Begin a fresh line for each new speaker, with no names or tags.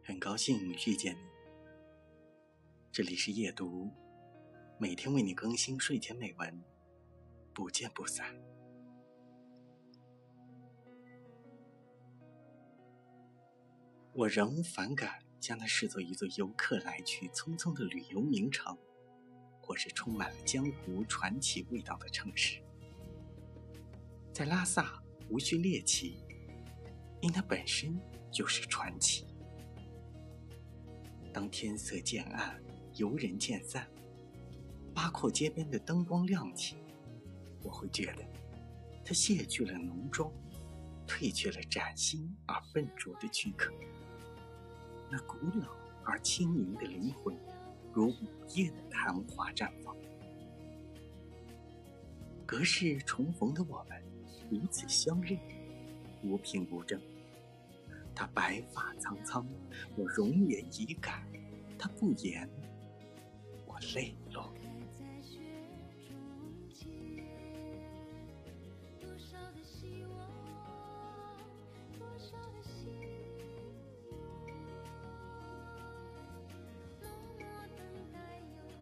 很高兴遇见你。这里是夜读，每天为你更新睡前美文，不见不散。我仍反感将它视作一座游客来去匆匆的旅游名城，或是充满了江湖传奇味道的城市。在拉萨无需猎奇，因它本身就是传奇。当天色渐暗，游人渐散，八廓街边的灯光亮起，我会觉得它卸去了浓妆，褪去了崭新而笨拙的躯壳。那古老而轻盈的灵魂，如午夜的昙花绽放。隔世重逢的我们，如此相认，无凭无证。他白发苍苍，我容颜已改；他不言，我泪落。